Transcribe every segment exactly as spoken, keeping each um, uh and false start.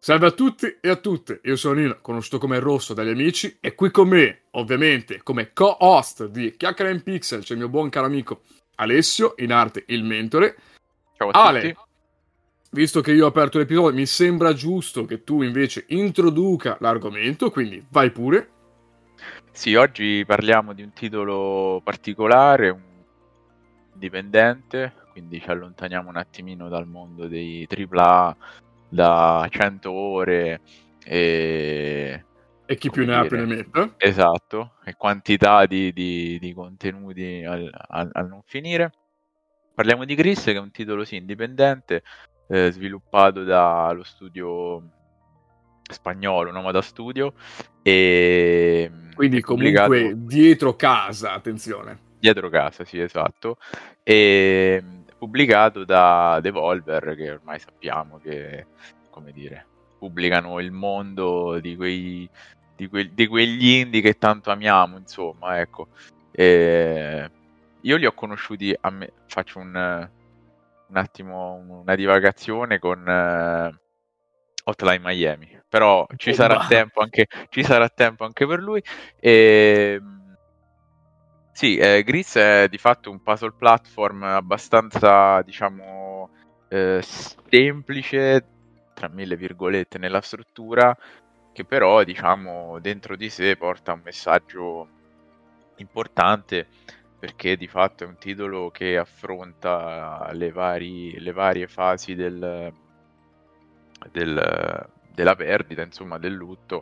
Salve a tutti e a tutte, io sono Nino, conosciuto come Rosso dagli amici, e qui con me, ovviamente, come co-host di Chiacchiere in Pixel, c'è il mio buon caro amico Alessio, in arte il mentore. Ciao a Ale, tutti. visto che io ho aperto l'episodio, mi sembra giusto che tu invece introduca l'argomento, quindi vai pure. Sì, oggi parliamo di un titolo particolare, un indipendente, quindi ci allontaniamo un attimino dal mondo dei tripla A, da cento ore e... E chi più come ne ha più dire, ne metta. esatto, e quantità di, di- di contenuti al, al- al non finire. Parliamo di Gris, che è un titolo sì, indipendente, eh, sviluppato dallo studio spagnolo Nomada Studio e Quindi è pubblicato comunque dietro casa, attenzione. dietro casa, sì, esatto, e è pubblicato da Devolver, che ormai sappiamo che, come dire, pubblicano il mondo di quei di, que- di quegli indie che tanto amiamo, insomma, ecco. E io li ho conosciuti, a me, faccio un, un attimo una divagazione con eh, Hotline Miami, però ci sarà Bomba. tempo anche, ci sarà tempo anche per lui. E, sì, eh, Gris è di fatto un puzzle platform abbastanza, diciamo, eh, semplice, tra mille virgolette, nella struttura, che però, diciamo, dentro di sé porta un messaggio importante, perché di fatto è un titolo che affronta le, vari, le varie fasi del, del- della perdita, insomma, del lutto,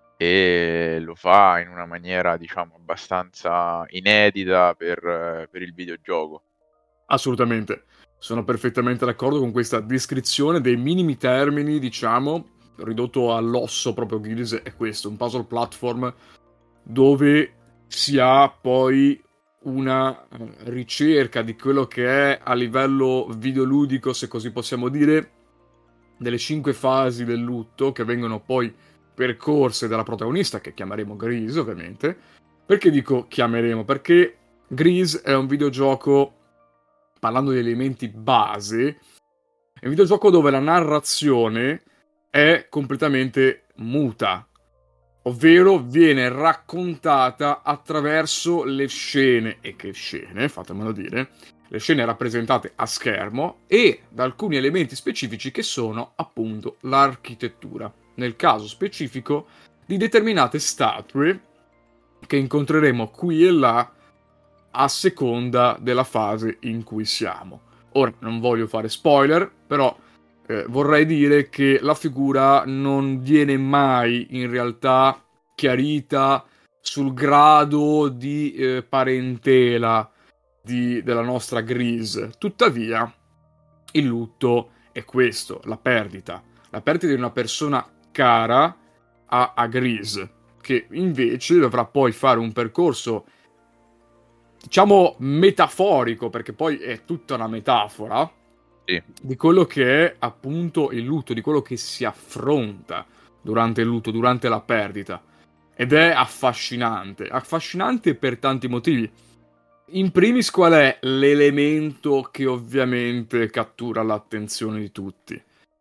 e lo fa in una maniera, diciamo, abbastanza inedita per, per il videogioco. Assolutamente, sono perfettamente d'accordo con questa descrizione dei minimi termini, diciamo, ridotto all'osso proprio. Gears è questo, un puzzle platform dove si ha poi una eh, ricerca di quello che è a livello videoludico, se così possiamo dire, delle cinque fasi del lutto che vengono poi percorse dalla protagonista, che chiameremo Grease ovviamente. Perché dico chiameremo? Perché Grease è un videogioco, parlando di elementi base, è un videogioco dove la narrazione è completamente muta, ovvero viene raccontata attraverso le scene, e che scene, fatemelo dire, le scene rappresentate a schermo e da alcuni elementi specifici che sono appunto l'architettura, nel caso specifico di determinate statue che incontreremo qui e là a seconda della fase in cui siamo. Ora, non voglio fare spoiler, però eh, vorrei dire che la figura non viene mai in realtà chiarita sul grado di eh, parentela di, della nostra Grease. Tuttavia, il lutto è questo, la perdita. La perdita di una persona cara a, a Grease, che invece dovrà poi fare un percorso, diciamo, metaforico, perché poi è tutta una metafora, Sì. di quello che è appunto il lutto, di quello che si affronta durante il lutto, durante la perdita. Ed è affascinante, affascinante per tanti motivi. In primis, qual è l'elemento che ovviamente cattura l'attenzione di tutti?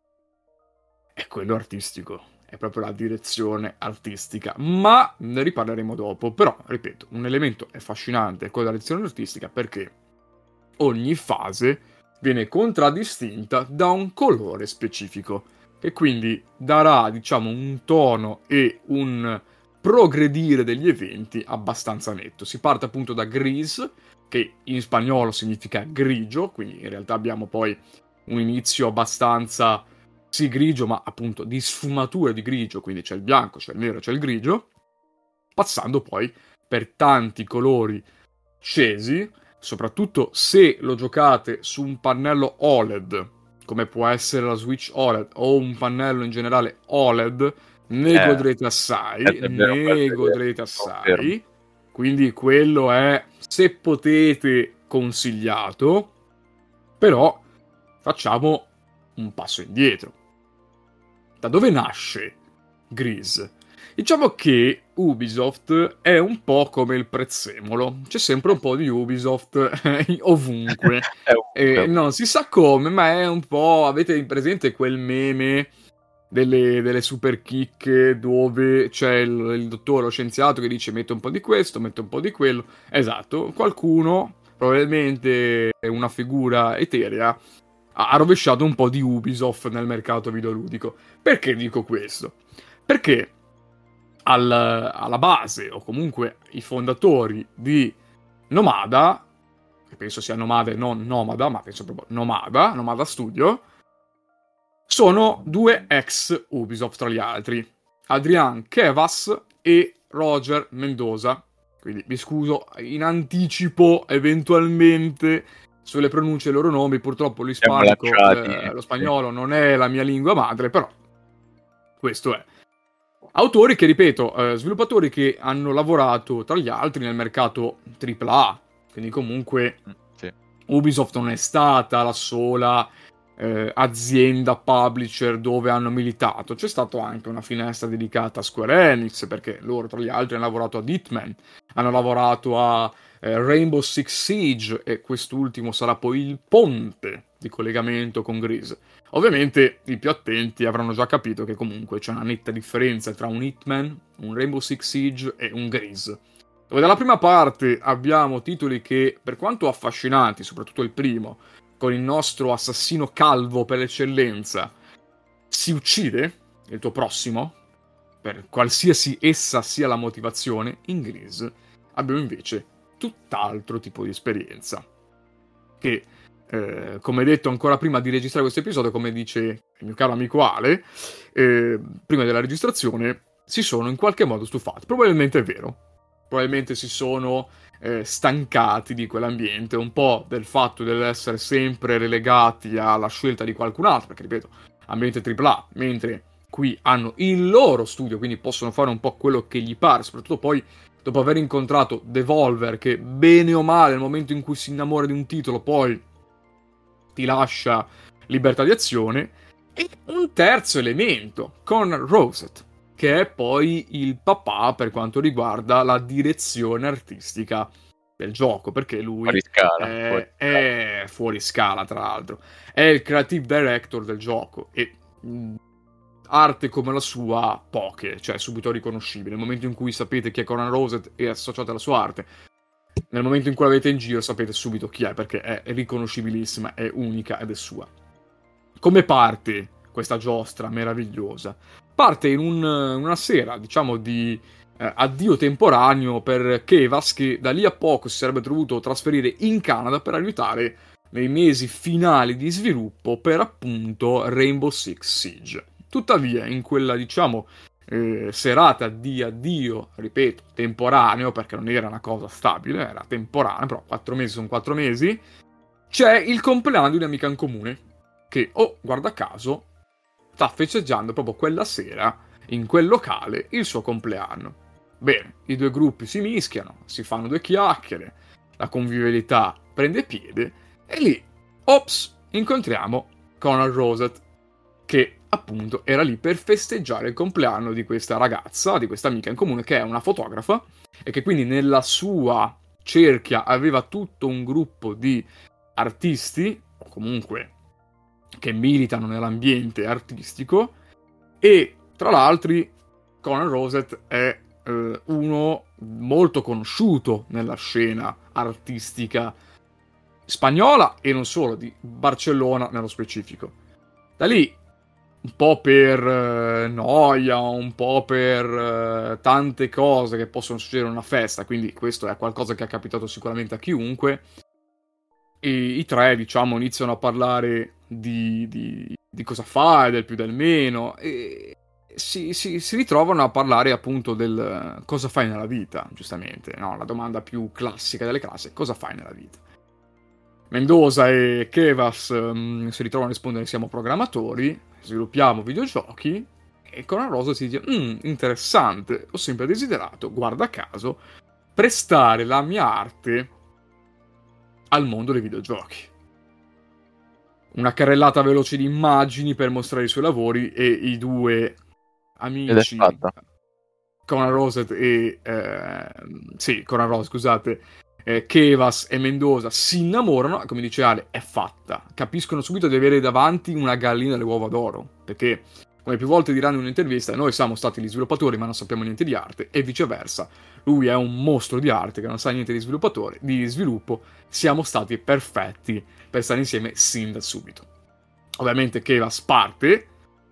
È quello artistico. È proprio la direzione artistica. Ma ne riparleremo dopo. Però, ripeto, un elemento affascinante è quello della direzione artistica perché ogni fase viene contraddistinta da un colore specifico. Che quindi darà, diciamo, un tono e un progredire degli eventi abbastanza netto. Si parte appunto da gris, che in spagnolo significa grigio, quindi in realtà abbiamo poi un inizio abbastanza, sì, grigio, ma appunto di sfumature di grigio, quindi c'è il bianco, c'è il nero, c'è il grigio, passando poi per tanti colori scesi, soprattutto se lo giocate su un pannello O L E D, come può essere la Switch O L E D o un pannello in generale O L E D, ne Eh, godrete è assai, davvero un bel ne vedere, godrete confermo. assai. Quindi quello è, se potete, consigliato. Però facciamo un passo indietro. Da dove nasce Grease? Diciamo che Ubisoft è un po' come il prezzemolo. C'è sempre un po' di Ubisoft ovunque. È ovunque, E ovunque. non si sa come, ma è un po'... Avete presente quel meme delle, delle super chicche dove c'è il, il dottore, lo scienziato che dice metto un po' di questo, metto un po' di quello. Esatto, qualcuno, probabilmente una figura eterea, ha rovesciato un po' di Ubisoft nel mercato videoludico. Perché dico questo? Perché al, alla base, o comunque i fondatori di Nomada, che penso sia Nomada e non Nomada, ma penso proprio Nomada, Nomada Studio, sono due ex Ubisoft tra gli altri, Adrian Kevas e Roger Mendoza. Quindi mi scuso in anticipo eventualmente sulle pronunce dei loro nomi, purtroppo l'ispanico, eh, lo spagnolo non è la mia lingua madre, però questo è. Autori che, ripeto, eh, sviluppatori che hanno lavorato tra gli altri nel mercato tripla A, quindi comunque sì. Ubisoft non è stata la sola eh, azienda publisher dove hanno militato, c'è stata anche una finestra dedicata a Square Enix, perché loro tra gli altri hanno lavorato ad Hitman, hanno lavorato a eh, Rainbow Six Siege, e quest'ultimo sarà poi il ponte di collegamento con Gris. Ovviamente i più attenti avranno già capito che comunque c'è una netta differenza tra un Hitman, un Rainbow Six Siege e un Gris, dove dalla prima parte abbiamo titoli che, per quanto affascinanti, soprattutto il primo, con il nostro assassino calvo per eccellenza, si uccide il tuo prossimo, per qualsiasi essa sia la motivazione. In Gris abbiamo invece tutt'altro tipo di esperienza, che, eh, come detto ancora prima di registrare questo episodio, come dice il mio caro amico Ale, eh, prima della registrazione, si sono in qualche modo stufati. Probabilmente è vero. Probabilmente si sono eh, stancati di quell'ambiente, un po' del fatto dell'essere sempre relegati alla scelta di qualcun altro, perché ripeto, ambiente tripla A, mentre qui hanno il loro studio, quindi possono fare un po' quello che gli pare, soprattutto poi dopo aver incontrato Devolver, che bene o male nel momento in cui si innamora di un titolo poi ti lascia libertà di azione. E un terzo elemento, Conor Rosett, che è poi il papà per quanto riguarda la direzione artistica del gioco, perché lui fuori scala, è, fuori è fuori scala, tra l'altro. È il creative director del gioco e mh, arte come la sua, poche, cioè subito riconoscibile. Nel momento in cui sapete chi è Conor Rosett e associate alla sua arte, nel momento in cui la vedete in giro sapete subito chi è, perché è riconoscibilissima, è unica ed è sua. Come parte questa giostra meravigliosa? Parte in un, una sera, diciamo, di eh, addio temporaneo per Kevas, che da lì a poco si sarebbe dovuto trasferire in Canada per aiutare nei mesi finali di sviluppo per appunto Rainbow Six Siege. Tuttavia, in quella, diciamo, eh, serata di addio, ripeto, temporaneo, perché non era una cosa stabile, era temporanea, però quattro mesi sono quattro mesi, c'è il compleanno di un'amica in comune, che, oh, guarda caso, sta festeggiando proprio quella sera, in quel locale, il suo compleanno. Bene, i due gruppi si mischiano, si fanno due chiacchiere, la convivialità prende piede, e lì, ops, incontriamo Conor Rosett, che appunto era lì per festeggiare il compleanno di questa ragazza, di questa amica in comune, che è una fotografa, e che quindi nella sua cerchia aveva tutto un gruppo di artisti, o comunque che militano nell'ambiente artistico, e tra l'altro Conor Rosett è eh, uno molto conosciuto nella scena artistica spagnola e non solo, di Barcellona nello specifico. Da lì, un po' per eh, noia, un po' per eh, tante cose che possono succedere in una festa, quindi questo è qualcosa che è capitato sicuramente a chiunque, e i tre, diciamo, iniziano a parlare di, di, di cosa fai, del più del meno, e si, si, si ritrovano a parlare appunto del cosa fai nella vita, giustamente, no? La domanda più classica delle classi: cosa fai nella vita? Mendoza e Kevas um, si ritrovano a rispondere: siamo programmatori, sviluppiamo videogiochi. E Conor Rosett si dice: mm, interessante, ho sempre desiderato, guarda caso, prestare la mia arte al mondo dei videogiochi. Una carrellata veloce di immagini per mostrare i suoi lavori, e i due amici, Conor Rosett e eh, sì, Conor Rosett, scusate, eh, Kevas e Mendoza si innamorano, come dice Ale, è fatta. Capiscono subito di avere davanti una gallina alle uova d'oro, perché come più volte diranno in un'intervista, noi siamo stati gli sviluppatori ma non sappiamo niente di arte, e viceversa, lui è un mostro di arte che non sa niente di sviluppatore, di sviluppo, siamo stati perfetti per stare insieme sin da subito. Ovviamente Kevas parte,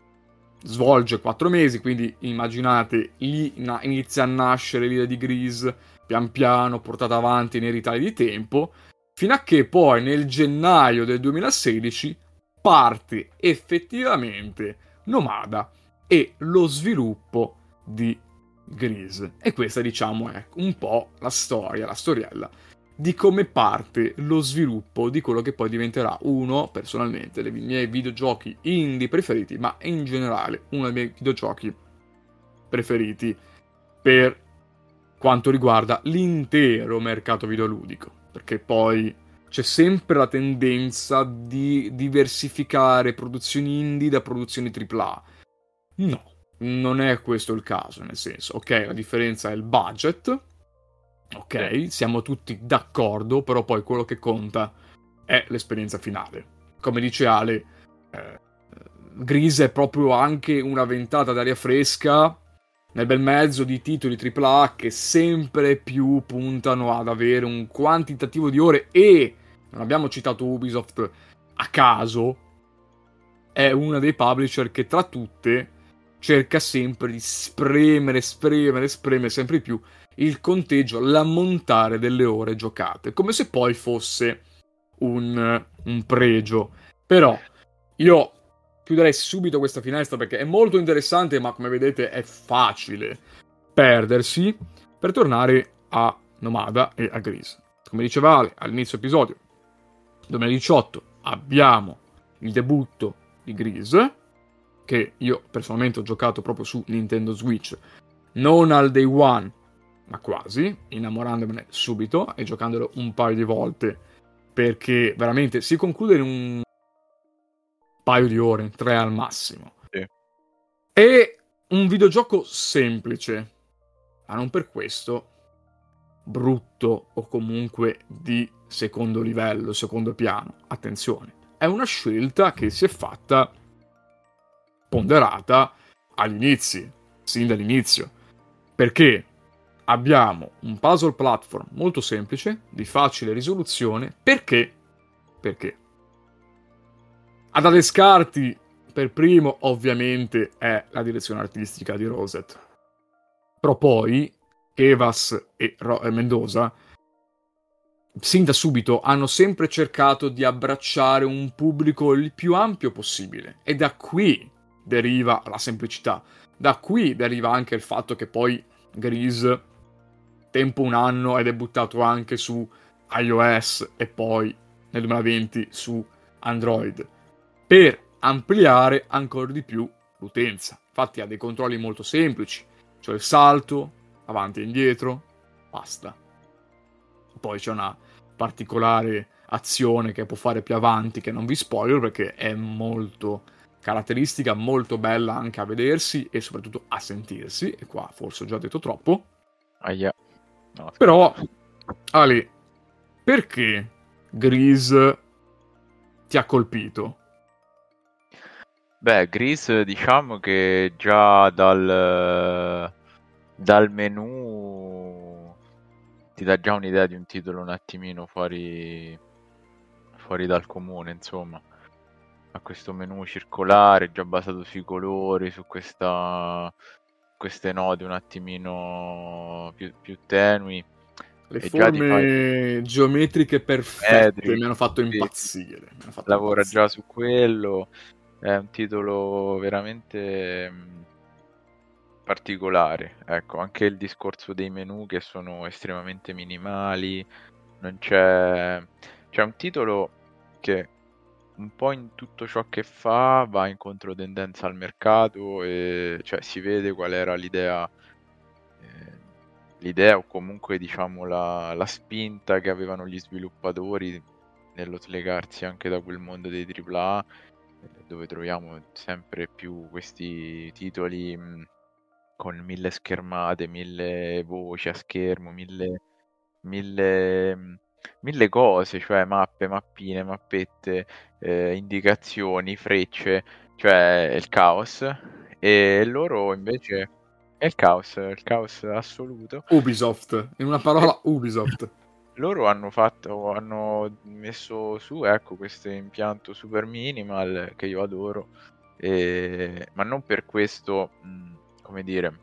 svolge quattro mesi, quindi immaginate, lì na- inizia a nascere l'idea di Grease, pian piano, portata avanti nei ritagli di tempo, fino a che poi nel gennaio del duemilasedici parte effettivamente Nomada e lo sviluppo di Grease. E questa, diciamo, è un po' la storia, la storiella di come parte lo sviluppo di quello che poi diventerà uno, personalmente, dei miei videogiochi indie preferiti, ma in generale uno dei miei videogiochi preferiti per quanto riguarda l'intero mercato videoludico, perché poi c'è sempre la tendenza di diversificare produzioni indie da produzioni tripla A. No, non è questo il caso, nel senso, ok, la differenza è il budget, ok, sì, siamo tutti d'accordo, però poi quello che conta è l'esperienza finale. Come dice Ale, eh, Grease è proprio anche una ventata d'aria fresca nel bel mezzo di titoli tripla A che sempre più puntano ad avere un quantitativo di ore, e non abbiamo citato Ubisoft a caso, è una dei publisher che tra tutte cerca sempre di spremere, spremere, spremere sempre più il conteggio, l'ammontare delle ore giocate, come se poi fosse un, un pregio. Però io chiuderei subito questa finestra perché è molto interessante, ma come vedete è facile perdersi, per tornare a Nomada e a Grease. Come diceva Ale all'inizio episodio, duemiladiciotto abbiamo il debutto di Grease, che io personalmente ho giocato proprio su Nintendo Switch, non al day one, ma quasi, innamorandomene subito e giocandolo un paio di volte, perché veramente si conclude in un paio di ore, tre al massimo. Sì. È un videogioco semplice, ma non per questo brutto o comunque di secondo livello, secondo piano. Attenzione, è una scelta che si è fatta ponderata agli inizi, sin dall'inizio, perché abbiamo un puzzle platform molto semplice, di facile risoluzione, perché? Perché? Ad adescarti per primo, ovviamente, è la direzione artistica di Rosette. Però poi, Evas e, Ro- e Mendoza, sin da subito, hanno sempre cercato di abbracciare un pubblico il più ampio possibile. E da qui deriva la semplicità. Da qui deriva anche il fatto che poi Grease, tempo un anno, è debuttato anche su iOS e poi nel duemilaventi su Android, per ampliare ancora di più l'utenza. Infatti ha dei controlli molto semplici, cioè il salto, avanti e indietro, basta. Poi c'è una particolare azione che può fare più avanti, che non vi spoiler perché è molto caratteristica, molto bella anche a vedersi e soprattutto a sentirsi, e qua forse ho già detto troppo. Ah, yeah. No, però, Ali, perché Grease ti ha colpito? Beh, Grease diciamo che già dal, dal menu ti dà già un'idea di un titolo un attimino fuori, fuori dal comune, insomma. Ha questo menu circolare, già basato sui colori, su questa, queste note un attimino più, più tenui. Le E già di forme geometriche perfette Edric, mi hanno fatto sì, impazzire. Mi hanno fatto lavora impazzire. già su quello. È un titolo veramente mh, particolare. Ecco, anche il discorso dei menu che sono estremamente minimali. Non c'è. C'è un titolo che un po' in tutto ciò che fa va in controtendenza al mercato, e cioè si vede qual era l'idea. eh, L'idea o comunque diciamo la, la spinta che avevano gli sviluppatori nello slegarsi anche da quel mondo dei tripla A, dove troviamo sempre più questi titoli mh, con mille schermate, mille voci a schermo, mille, mille, mh, mille cose, cioè mappe, mappine, mappette, eh, indicazioni, frecce, cioè il caos. E loro invece è il caos, il caos assoluto. Ubisoft, in una parola Ubisoft. Loro hanno fatto, hanno messo su, ecco, questo impianto super minimal che io adoro, e... ma non per questo, mh, come dire,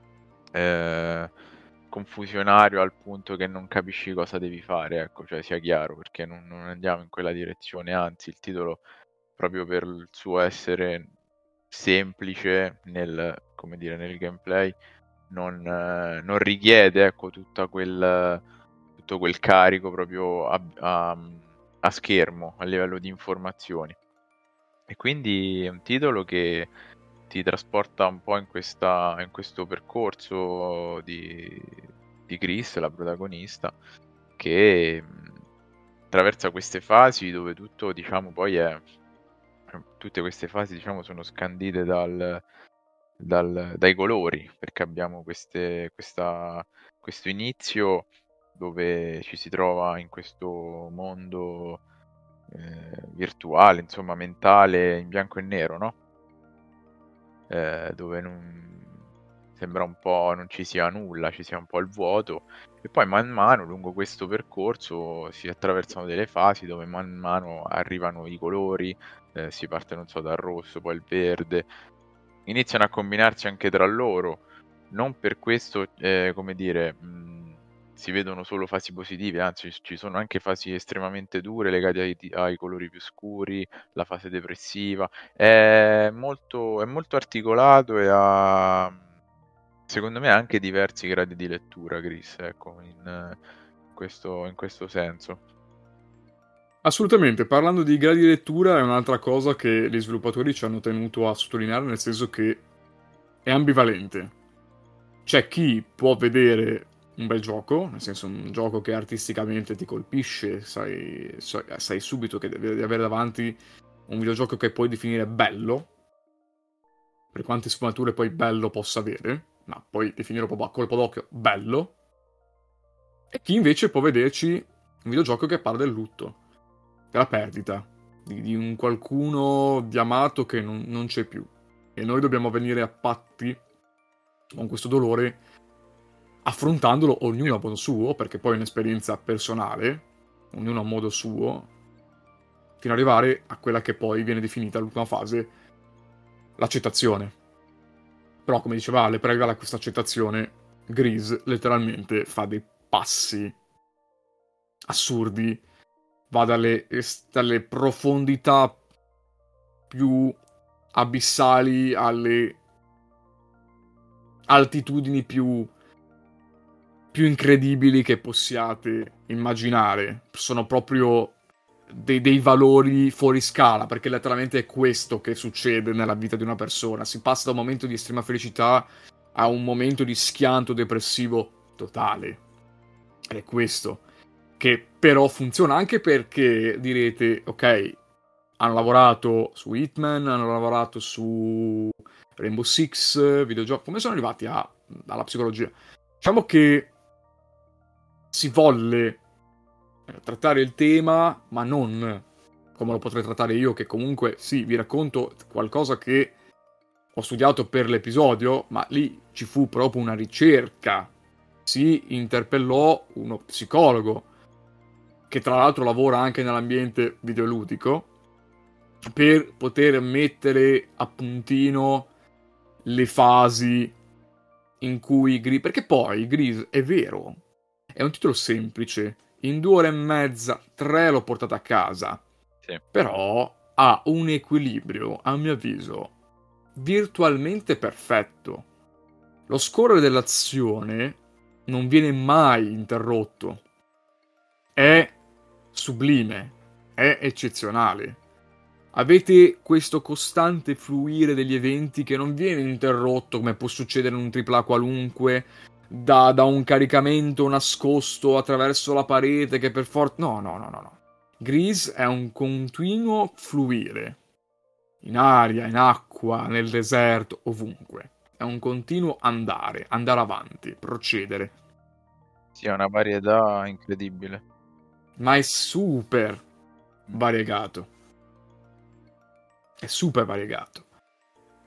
eh, confusionario al punto che non capisci cosa devi fare, ecco, cioè sia chiaro, perché non, non andiamo in quella direzione, anzi il titolo, proprio per il suo essere semplice nel, come dire, nel gameplay, non, eh, non richiede, ecco, tutta quel, tutto quel carico proprio a, a, a schermo, a livello di informazioni. E quindi è un titolo che ti trasporta un po' in, questa, in questo percorso di, di Chris, la protagonista, che mh, attraversa queste fasi dove tutto, diciamo, poi è... Tutte queste fasi, diciamo, sono scandite dal, dal, dai colori, perché abbiamo queste, questa, questo inizio dove ci si trova in questo mondo eh, virtuale, insomma, mentale, in bianco e nero, no? Eh, dove non, sembra un po' non ci sia nulla, ci sia un po' il vuoto, e poi man mano lungo questo percorso si attraversano delle fasi dove man mano arrivano i colori, eh, si parte, non so, dal rosso, poi il verde, iniziano a combinarsi anche tra loro, non per questo, eh, come dire, mh, si vedono solo fasi positive, anzi ci sono anche fasi estremamente dure legate ai, ai colori più scuri, la fase depressiva. È molto, è molto articolato e ha, secondo me, anche diversi gradi di lettura, Chris, ecco, in, questo, in questo senso. Assolutamente, parlando di gradi di lettura è un'altra cosa che gli sviluppatori ci hanno tenuto a sottolineare, nel senso che è ambivalente. C'è chi può vedere un bel gioco, nel senso un gioco che artisticamente ti colpisce, sai, sai, sai subito che devi avere davanti un videogioco che puoi definire bello, per quante sfumature poi bello possa avere, ma puoi definirlo proprio a colpo d'occhio bello, e chi invece può vederci un videogioco che parla del lutto, della perdita, di, di un qualcuno di amato che non, non c'è più. E noi dobbiamo venire a patti con questo dolore, affrontandolo ognuno a modo suo, perché poi è un'esperienza personale, ognuno a modo suo, fino ad arrivare a quella che poi viene definita l'ultima fase, l'accettazione. Però, come diceva Ale, per arrivare a questa accettazione, Grease letteralmente fa dei passi assurdi, va dalle, dalle profondità più abissali alle altitudini più, più incredibili che possiate immaginare. Sono proprio dei, dei valori fuori scala, perché letteralmente è questo che succede nella vita di una persona. Si passa da un momento di estrema felicità a un momento di schianto depressivo totale. Ed è questo che però funziona anche perché direte, ok, hanno lavorato su Hitman, hanno lavorato su Rainbow Six, videogiochi, come sono arrivati a, alla psicologia? Diciamo che si volle trattare il tema, ma non come lo potrei trattare io, che comunque, sì, vi racconto qualcosa che ho studiato per l'episodio, ma lì ci fu proprio una ricerca. Si interpellò uno psicologo, che tra l'altro lavora anche nell'ambiente videoludico, per poter mettere a puntino le fasi in cui Grease... Perché poi Grease, è vero, è un titolo semplice, in due ore e mezza, tre l'ho portato a casa, Sì. però ha un equilibrio, a mio avviso, virtualmente perfetto. Lo scorrere dell'azione non viene mai interrotto. È sublime, è eccezionale. Avete questo costante fluire degli eventi che non viene interrotto, come può succedere in un tripla A qualunque, da, da un caricamento nascosto attraverso la parete che per forza... No, no, no, no, no. Grease è un continuo fluire. In aria, in acqua, nel deserto, ovunque. È un continuo andare, andare avanti, procedere. Sì, è una varietà incredibile. Ma è super variegato. È super variegato.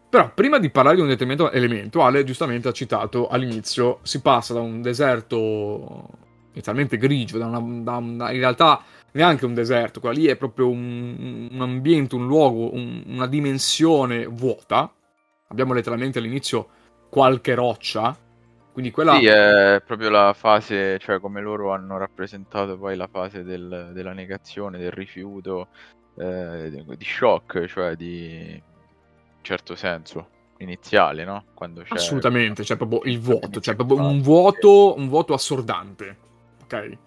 Però prima di parlare di un determinato elemento, Ale giustamente ha citato all'inizio, si passa da un deserto inizialmente grigio, da una, da una- in realtà neanche un deserto, quella lì è proprio un, un ambiente, un luogo, un- una dimensione vuota. Abbiamo letteralmente all'inizio qualche roccia, quindi quella... Sì, è proprio la fase, cioè come loro hanno rappresentato poi la fase del- della negazione, del rifiuto, eh, di di shock, cioè di in certo senso iniziale, no? Quando c'è quella Assolutamente, c'è proprio il vuoto, sensazione c'è proprio un principale. vuoto, un vuoto assordante, ok?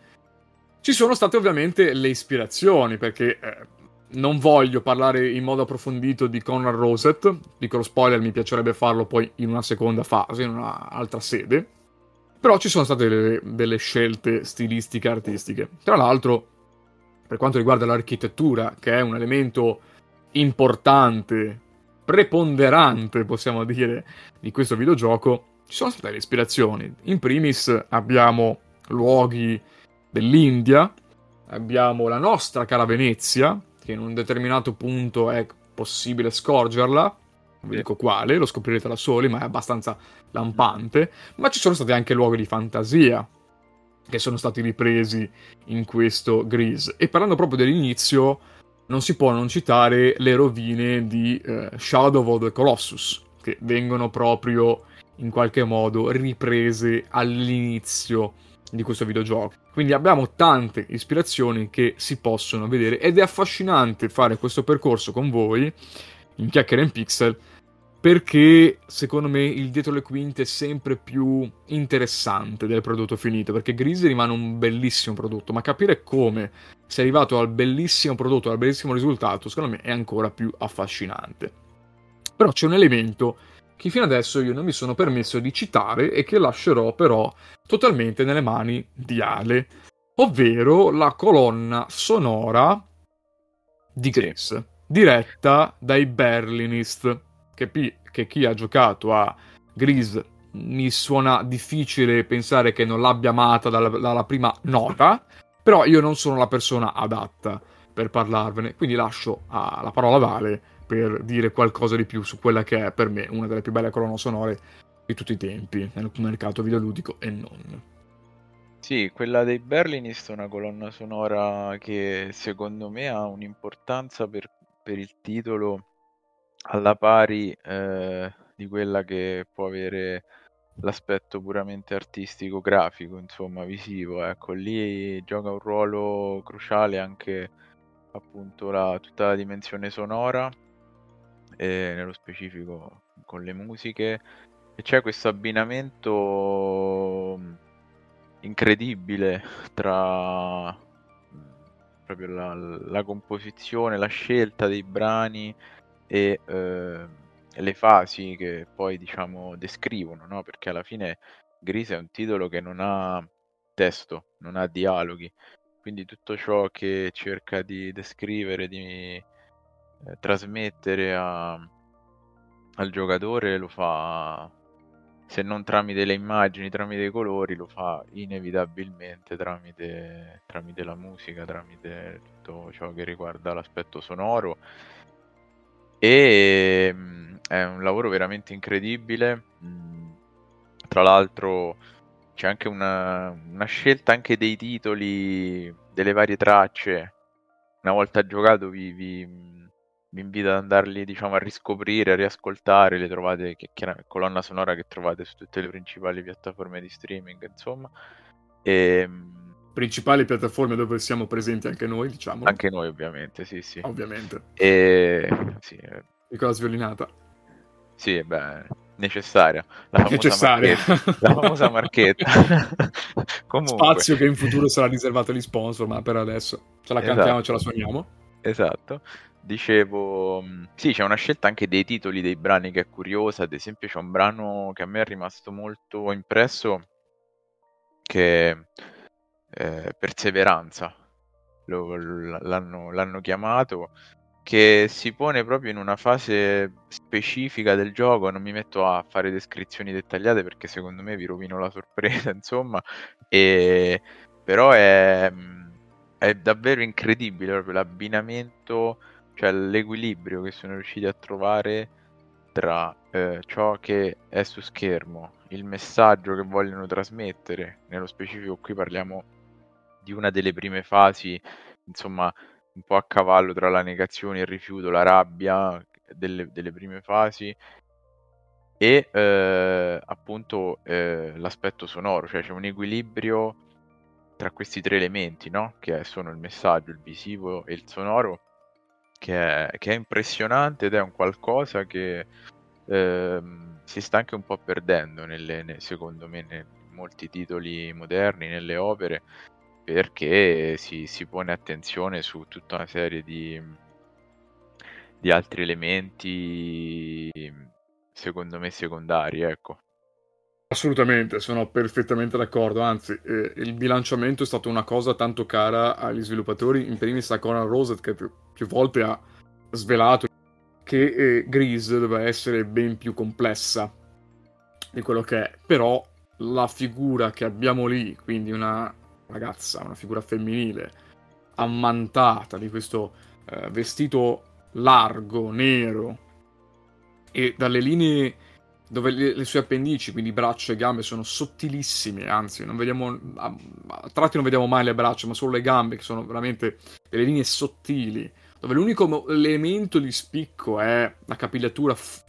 Ci sono state ovviamente le ispirazioni, perché eh, non voglio parlare in modo approfondito di Conrad Rosett, piccolo spoiler, mi piacerebbe farlo poi in una seconda fase, in un'altra sede, però ci sono state delle, delle scelte stilistiche e artistiche. Tra l'altro, per quanto riguarda l'architettura, che è un elemento importante, preponderante, possiamo dire, di questo videogioco, ci sono state le ispirazioni. In primis abbiamo luoghi dell'India, abbiamo la nostra cara Venezia, che in un determinato punto è possibile scorgerla, non vi Sì. dico quale, lo scoprirete da soli, ma è abbastanza Mhm. lampante, ma ci sono stati anche luoghi di fantasia che sono stati ripresi in questo Grease. E parlando proprio dell'inizio, non si può non citare le rovine di eh, Shadow of the Colossus, che vengono proprio in qualche modo riprese all'inizio di questo videogioco. Quindi abbiamo tante ispirazioni che si possono vedere ed è affascinante fare questo percorso con voi in Chiacchiere in Pixel perché secondo me il dietro le quinte è sempre più interessante del prodotto finito, perché Grise rimane un bellissimo prodotto, ma capire come sei arrivato al bellissimo prodotto, al bellissimo risultato, secondo me è ancora più affascinante. Però c'è un elemento che fino adesso io non mi sono permesso di citare e che lascerò però totalmente nelle mani di Ale, ovvero la colonna sonora di Sì. Grease, diretta dai Berlinist, che, pi- che chi ha giocato a Grease mi suona difficile pensare che non l'abbia amata dalla, dalla prima nota, però io non sono la persona adatta per parlarvene, quindi lascio a- la parola a Vale per dire qualcosa di più su quella che è per me una delle più belle colonne sonore di tutti i tempi nel mercato videoludico e non. Sì, quella dei Berlinist è una colonna sonora che secondo me ha un'importanza per, per il titolo alla pari eh, di quella che può avere l'aspetto puramente artistico, grafico, insomma, visivo. Ecco, lì gioca un ruolo cruciale anche appunto la, tutta la dimensione sonora, e nello specifico con le musiche, e c'è questo abbinamento mh, incredibile tra mh, proprio la, la composizione, la scelta dei brani e eh, le fasi che poi diciamo descrivono, no? Perché alla fine Gris è un titolo che non ha testo, non ha dialoghi, quindi tutto ciò che cerca di descrivere, di eh, trasmettere a- al giocatore lo fa, se non tramite le immagini, tramite i colori, lo fa inevitabilmente tramite, tramite la musica, tramite tutto ciò che riguarda l'aspetto sonoro. E mm, è un lavoro veramente incredibile. Mm, Tra l'altro c'è anche una, una scelta anche dei titoli delle varie tracce. Una volta giocato vi, vi, mm, vi invito ad andarli, diciamo, a riscoprire, a riascoltare. Le trovate, che chiaramente colonna sonora che trovate su tutte le principali piattaforme di streaming, insomma. E mm, Principali piattaforme dove siamo presenti anche noi, diciamolo, anche noi ovviamente, sì, sì. ovviamente. E sì, eh, Piccola sviolinata. sì, beh, necessaria. La famosa Necessaria. marchetta. La famosa marchetta. Comunque, Spazio che in futuro sarà riservato agli sponsor, ma per adesso ce la cantiamo e ce la esatto, suoniamo. esatto. Dicevo, mh, sì, c'è una scelta anche dei titoli dei brani che è curiosa. Ad esempio, c'è un brano che a me è rimasto molto impresso, che è eh, Perseveranza, lo- l- l'hanno, l'hanno chiamato, che si pone proprio in una fase specifica del gioco. Non mi metto a fare descrizioni dettagliate perché secondo me vi rovino la sorpresa, insomma, e però è, mh, è davvero incredibile proprio l'abbinamento, cioè l'equilibrio che sono riusciti a trovare inquadra eh, ciò che è su schermo, il messaggio che vogliono trasmettere. Nello specifico qui parliamo di una delle prime fasi, insomma, un po' a cavallo tra la negazione, il rifiuto, la rabbia delle, delle prime fasi, e eh, appunto eh, l'aspetto sonoro, cioè c'è un equilibrio tra questi tre elementi, no? Che sono il messaggio, il visivo e il sonoro, che è, che è impressionante, ed è un qualcosa che ehm, si sta anche un po' perdendo, nelle, ne- secondo me, in molti titoli moderni, nelle opere, perché si, si pone attenzione su tutta una serie di, di altri elementi, secondo me, secondari, ecco. Assolutamente, sono perfettamente d'accordo, anzi, eh, il bilanciamento è stata una cosa tanto cara agli sviluppatori, in primis a Conor Rosett, che più, più volte ha svelato che eh, Grease doveva essere ben più complessa di quello che è, però la figura che abbiamo lì, quindi una ragazza, una figura femminile, ammantata di questo eh, vestito largo, nero, e dalle linee dove le, le sue appendici, quindi braccia e gambe, sono sottilissime, anzi, non vediamo, a, a tratti non vediamo mai le braccia, ma solo le gambe, che sono veramente delle linee sottili, dove l'unico mo- elemento di spicco è la capigliatura f-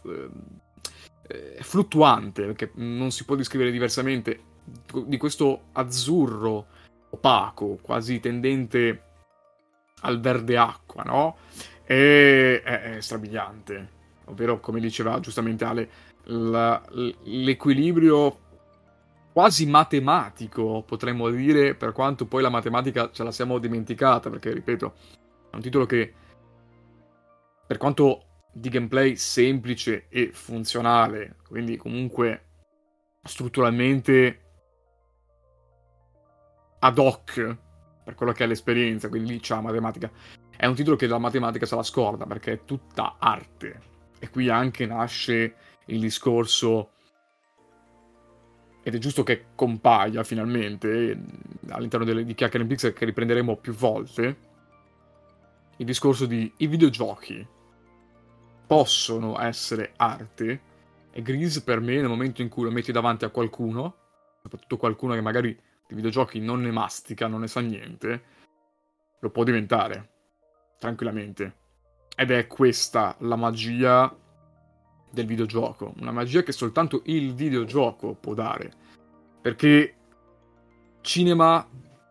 eh, fluttuante, perché non si può descrivere diversamente, di questo azzurro opaco, quasi tendente al verde acqua, no? E è, è strabiliante. Ovvero, come diceva giustamente Ale, la- l'equilibrio quasi matematico, potremmo dire, per quanto poi la matematica ce la siamo dimenticata, perché, ripeto, è un titolo che, per quanto di gameplay semplice e funzionale, quindi comunque strutturalmente ad hoc per quello che è l'esperienza, quindi lì c'è la matematica. È un titolo che la matematica se la scorda perché è tutta arte. E qui anche nasce il discorso, ed è giusto che compaia finalmente all'interno delle, di Chiacchiere in Pixel, che riprenderemo più volte, il discorso di i videogiochi possono essere arte, e Grease per me nel momento in cui lo metti davanti a qualcuno, soprattutto qualcuno che magari di videogiochi non ne mastica, non ne sa niente, lo può diventare tranquillamente. Ed è questa la magia del videogioco, una magia che soltanto il videogioco può dare, perché cinema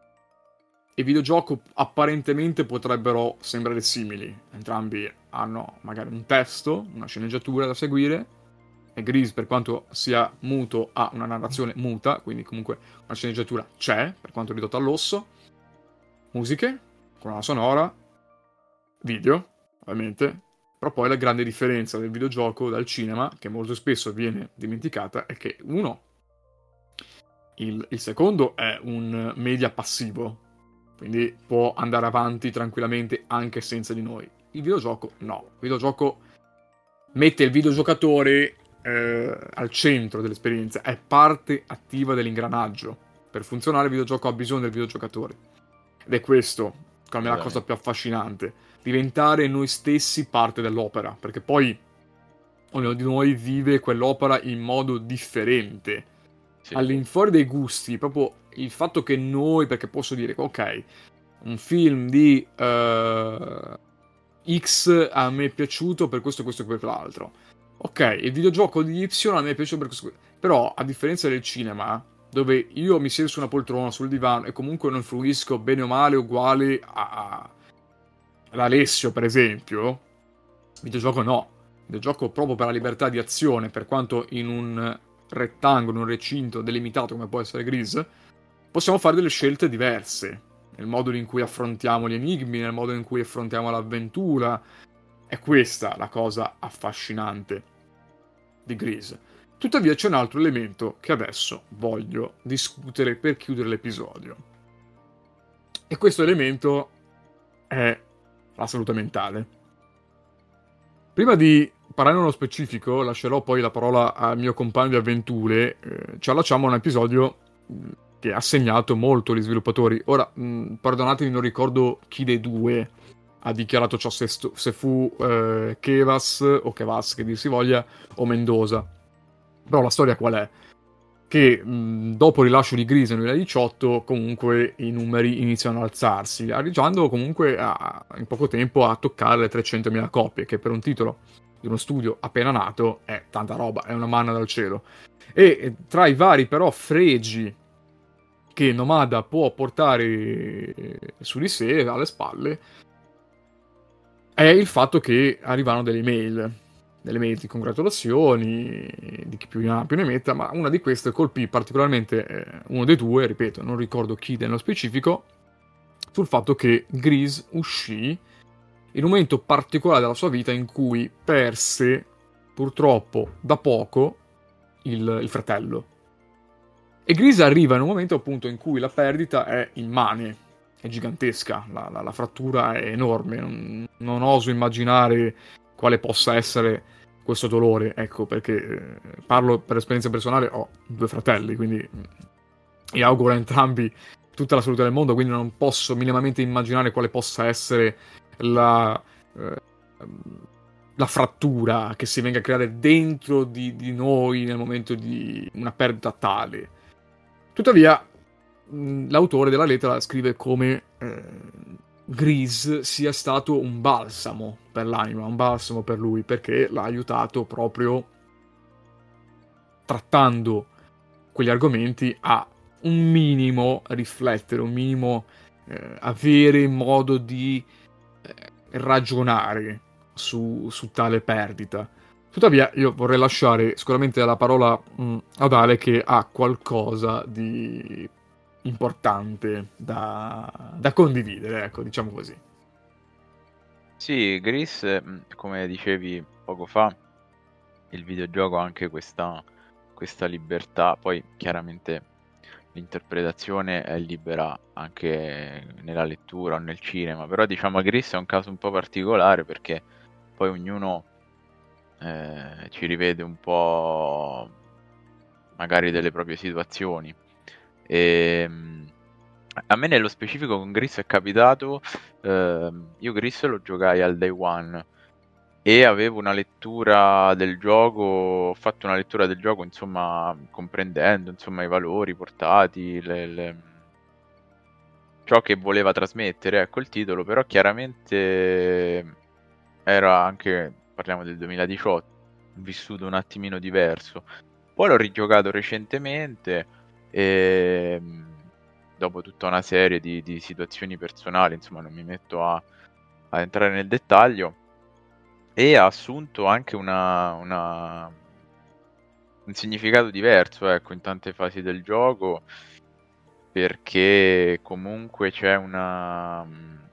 e videogioco apparentemente potrebbero sembrare simili, entrambi hanno magari un testo, una sceneggiatura da seguire, e Grease, per quanto sia muto, ha una narrazione muta, quindi comunque una sceneggiatura c'è, per quanto ridotta all'osso, musiche, colonna sonora, video, ovviamente. Però poi la grande differenza del videogioco dal cinema, che molto spesso viene dimenticata, è che uno, il, il secondo è un media passivo, quindi può andare avanti tranquillamente anche senza di noi. Il videogioco no, il videogioco mette il videogiocatore eh, al centro dell'esperienza, è parte attiva dell'ingranaggio. Per funzionare il videogioco ha bisogno del videogiocatore. Ed è questo, secondo me, la cosa più affascinante. Diventare noi stessi parte dell'opera, perché poi ognuno di noi vive quell'opera in modo differente. Sì. All'infuori dei gusti, proprio il fatto che noi, perché posso dire, ok, un film di uh, X a me è piaciuto per questo, questo e quell'altro. Ok, il videogioco di Y a me è piaciuto per questo. Però, a differenza del cinema, dove io mi siedo su una poltrona, sul divano, e comunque non fruisco bene o male uguale a, ad Alessio, per esempio, il videogioco no. Il videogioco, proprio per la libertà di azione, per quanto in un rettangolo, in un recinto delimitato come può essere Grease, possiamo fare delle scelte diverse nel modo in cui affrontiamo gli enigmi, nel modo in cui affrontiamo l'avventura. È questa la cosa affascinante di Grease. Tuttavia c'è un altro elemento che adesso voglio discutere per chiudere l'episodio. E questo elemento è la salute mentale. Prima di parlare nello specifico, lascerò poi la parola al mio compagno di avventure. Eh, ci allacciamo a un episodio che ha segnato molto gli sviluppatori. Ora, mh, perdonatemi, non ricordo chi dei due ha dichiarato ciò se, sto, se fu eh, Kevas o Kevas che dir si voglia o Mendoza. Però la storia qual è? Che mh, dopo il rilascio di Gris nel duemiladiciotto comunque i numeri iniziano ad alzarsi, arrivando comunque a, in poco tempo a toccare le trecentomila copie, che per un titolo di uno studio appena nato è tanta roba, è una manna dal cielo. E tra i vari però fregi che Nomada può portare su di sé, alle spalle, è il fatto che arrivano delle mail, delle mail di congratulazioni, di chi più ne ha più ne metta, ma una di queste colpì particolarmente eh, uno dei due, ripeto, non ricordo chi nello specifico, sul fatto che Gris uscì in un momento particolare della sua vita in cui perse, purtroppo, da poco, il, il fratello. E Gris arriva in un momento appunto in cui la perdita è immane, è gigantesca, la, la, la frattura è enorme, non, non oso immaginare quale possa essere questo dolore, ecco, perché eh, parlo per esperienza personale, ho due fratelli, quindi mi auguro a entrambi tutta la salute del mondo, quindi non posso minimamente immaginare quale possa essere la, eh, la frattura che si venga a creare dentro di, di noi nel momento di una perdita tale. Tuttavia, mh, l'autore della lettera scrive come eh, Gris sia stato un balsamo per l'anima, un balsamo per lui, perché l'ha aiutato proprio trattando quegli argomenti a un minimo riflettere, un minimo eh, avere modo di eh, ragionare su, su tale perdita. Tuttavia, io vorrei lasciare sicuramente la parola mh, ad Ale che ha qualcosa di importante da, da condividere, ecco, diciamo così. Sì, Gris, mh, come dicevi poco fa, il videogioco ha anche questa, questa libertà, poi chiaramente l'interpretazione è libera anche nella lettura o nel cinema, però diciamo Gris è un caso un po' particolare perché poi ognuno eh, ci rivede un po' magari delle proprie situazioni. E, mh, a me nello specifico con Gris è capitato, ehm, io Gris lo giocai al day one e avevo una lettura del gioco, ho fatto una lettura del gioco insomma comprendendo insomma i valori portati, le, le... ciò che voleva trasmettere, ecco il titolo, però chiaramente era anche, parliamo del duemiladiciotto, vissuto un attimino diverso. Poi l'ho rigiocato recentemente e dopo tutta una serie di, di situazioni personali, insomma non mi metto a, a entrare nel dettaglio, e ha assunto anche una, una, un significato diverso, ecco, in tante fasi del gioco, perché comunque c'è una,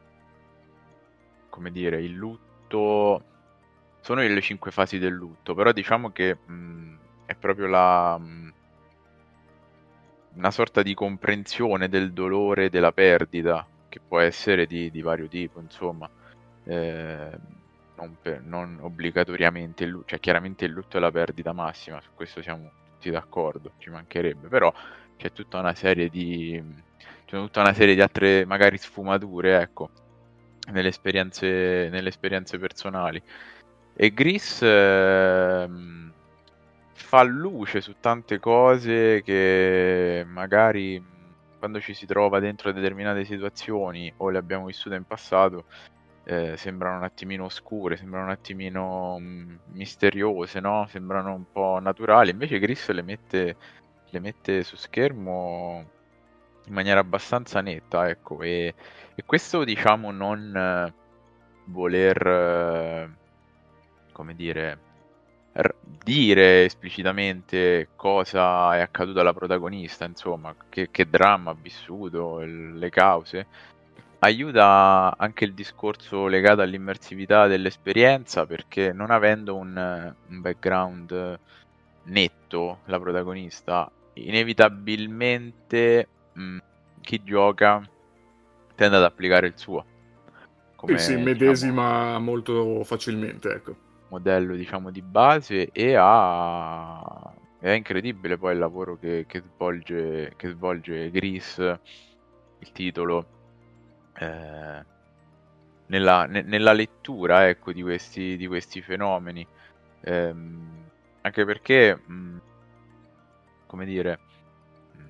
come dire, il lutto, sono le cinque fasi del lutto, però diciamo che mh, è proprio la... Mh, una sorta di comprensione del dolore della perdita, che può essere di, di vario tipo, insomma, eh, non, per, non obbligatoriamente il lutto, cioè chiaramente il lutto è la perdita massima, su questo siamo tutti d'accordo, ci mancherebbe, però c'è tutta una serie di, c'è tutta una serie di altre magari sfumature, ecco, nelle esperienze, nelle esperienze personali. E Gris ehm, fa luce su tante cose che magari quando ci si trova dentro determinate situazioni o le abbiamo vissute in passato eh, sembrano un attimino oscure, sembrano un attimino mh, misteriose, no? Sembrano un po' naturali, invece Gris le mette, le mette su schermo in maniera abbastanza netta, ecco, e, e questo diciamo non eh, voler, eh, come dire, r- dire esplicitamente cosa è accaduto alla protagonista, insomma, che, che dramma ha vissuto, il- le cause. Aiuta anche il discorso legato all'immersività dell'esperienza, perché non avendo un, un background netto la protagonista, inevitabilmente mh, chi gioca tende ad applicare il suo Sì, sì, come diciamo medesima molto facilmente, ecco. modello diciamo di base, e ha è incredibile poi il lavoro che, che svolge che svolge Gris, il titolo, eh, nella, ne, nella lettura, ecco, di questi, di questi fenomeni. Ehm, anche perché, mh, come dire, mh,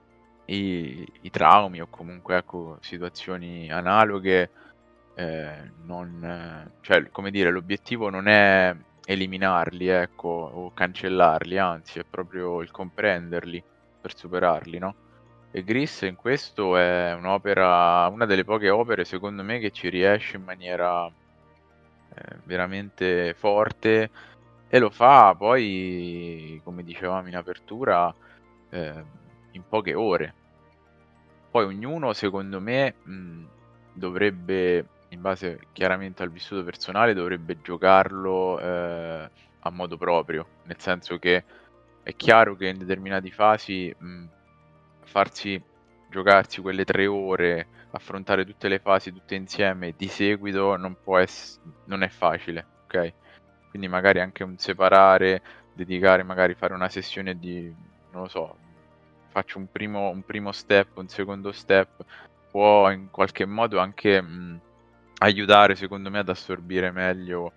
i, i traumi o comunque, ecco, situazioni analoghe, eh, non, eh, cioè, come dire, l'obiettivo non è eliminarli, ecco, o cancellarli, anzi, è proprio il comprenderli per superarli, no? E Gris in questo è un'opera, una delle poche opere secondo me che ci riesce in maniera eh, veramente forte, e lo fa poi, come dicevamo in apertura, eh, in poche ore. Poi ognuno, secondo me, mh, dovrebbe, in base chiaramente al vissuto personale, dovrebbe giocarlo eh, a modo proprio, nel senso che è chiaro che in determinate fasi mh, farsi giocarsi quelle tre ore, affrontare tutte le fasi tutte insieme di seguito non può ess- non è facile, ok? Quindi magari anche un separare, dedicare, magari fare una sessione di, non lo so, faccio un primo, un primo step, un secondo step, può in qualche modo anche mh, aiutare, secondo me, ad assorbire meglio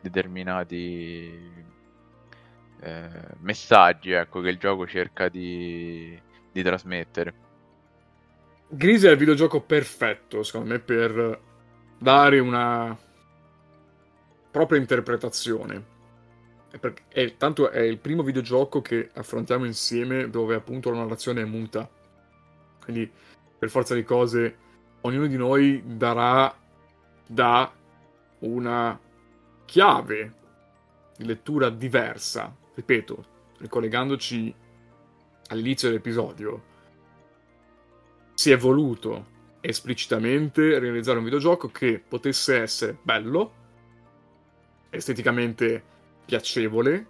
determinati eh, messaggi, ecco, che il gioco cerca di, di trasmettere. Gris è il videogioco perfetto, secondo me, per dare una propria interpretazione. È per- è- tanto è il primo videogioco che affrontiamo insieme dove appunto la narrazione è muta. Quindi, per forza di cose, ognuno di noi darà da una chiave di lettura diversa. Ripeto, ricollegandoci all'inizio dell'episodio, si è voluto esplicitamente realizzare un videogioco che potesse essere bello, esteticamente piacevole,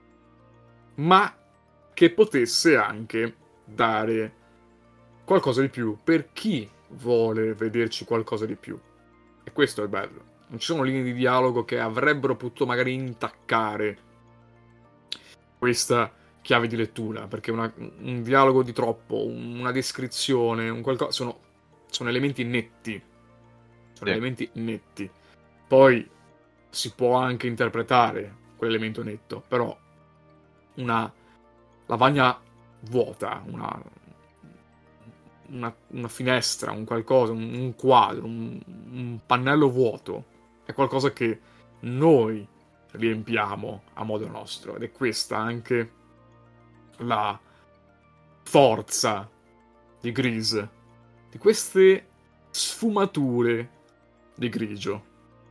ma che potesse anche dare qualcosa di più per chi vuole vederci qualcosa di più. E questo è bello. Non ci sono linee di dialogo che avrebbero potuto magari intaccare questa chiave di lettura, perché una- un dialogo di troppo, una descrizione, un qualcosa, sono, sono elementi netti. Sono Sì, elementi netti. Poi si può anche interpretare quell'elemento netto, però una lavagna vuota, una, una, una finestra, un qualcosa, un, un quadro, un, un pannello vuoto, è qualcosa che noi riempiamo a modo nostro, ed è questa anche la forza di Gris, di queste sfumature di grigio.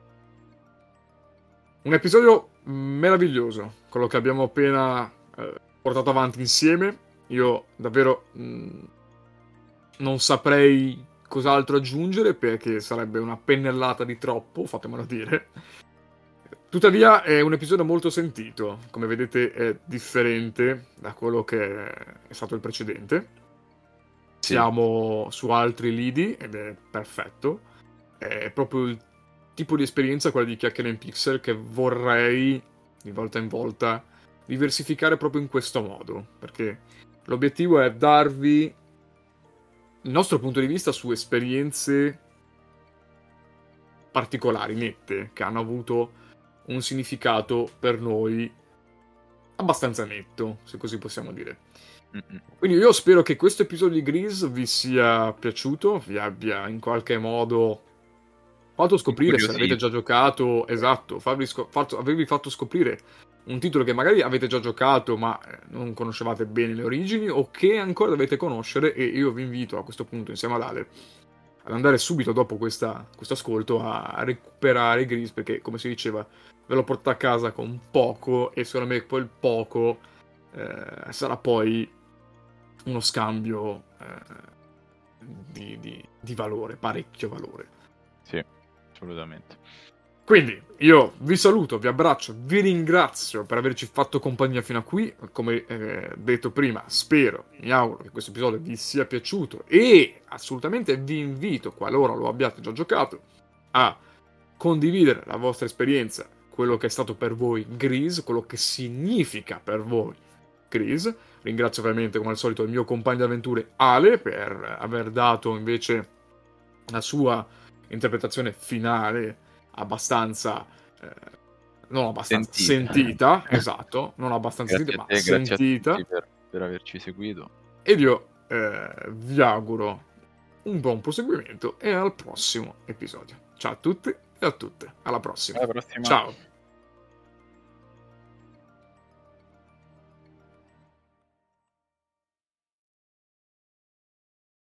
Un episodio meraviglioso, quello che abbiamo appena eh, portato avanti insieme. Io davvero mh, non saprei cos'altro aggiungere perché sarebbe una pennellata di troppo, fatemelo dire. Tuttavia è un episodio molto sentito, come vedete è differente da quello che è stato il precedente. sì. Siamo su altri lidi ed è perfetto. È proprio il tipo di esperienza, quella di Chiacchiere in Pixel, che vorrei di volta in volta diversificare proprio in questo modo. Perché l'obiettivo è darvi il nostro punto di vista su esperienze particolari, nette, che hanno avuto un significato per noi abbastanza netto, se così possiamo dire. Mm-mm. Quindi io spero che questo episodio di Grease vi sia piaciuto, vi abbia in qualche modo fatto scoprire, se l'avete Incuriosito. già giocato, esatto, farvi sco- fatto- avervi fatto scoprire un titolo che magari avete già giocato ma eh, non conoscevate bene le origini o che ancora dovete conoscere, e io vi invito a questo punto insieme ad Ale ad andare subito dopo questa- questo ascolto a recuperare Grease, perché come si diceva ve lo portate a casa con poco e secondo me quel poco eh, sarà poi uno scambio eh, di, di- di valore, parecchio valore. Sì, assolutamente. Quindi io vi saluto, vi abbraccio, vi ringrazio per averci fatto compagnia fino a qui. Come eh, detto prima, spero, mi auguro che questo episodio vi sia piaciuto e assolutamente vi invito, qualora lo abbiate già giocato, a condividere la vostra esperienza, quello che è stato per voi Grease, quello che significa per voi Grease. Ringrazio ovviamente, come al solito, il mio compagno di avventure Ale per aver dato invece la sua interpretazione finale abbastanza eh, non abbastanza Sentita. sentita, esatto, non abbastanza Grazie sentita, a ma te, grazie a sentita. tutti per, per averci seguito. Ed io eh, vi auguro un buon proseguimento e al prossimo episodio. Ciao a tutti e a tutte, alla prossima. Alla prossima. Ciao.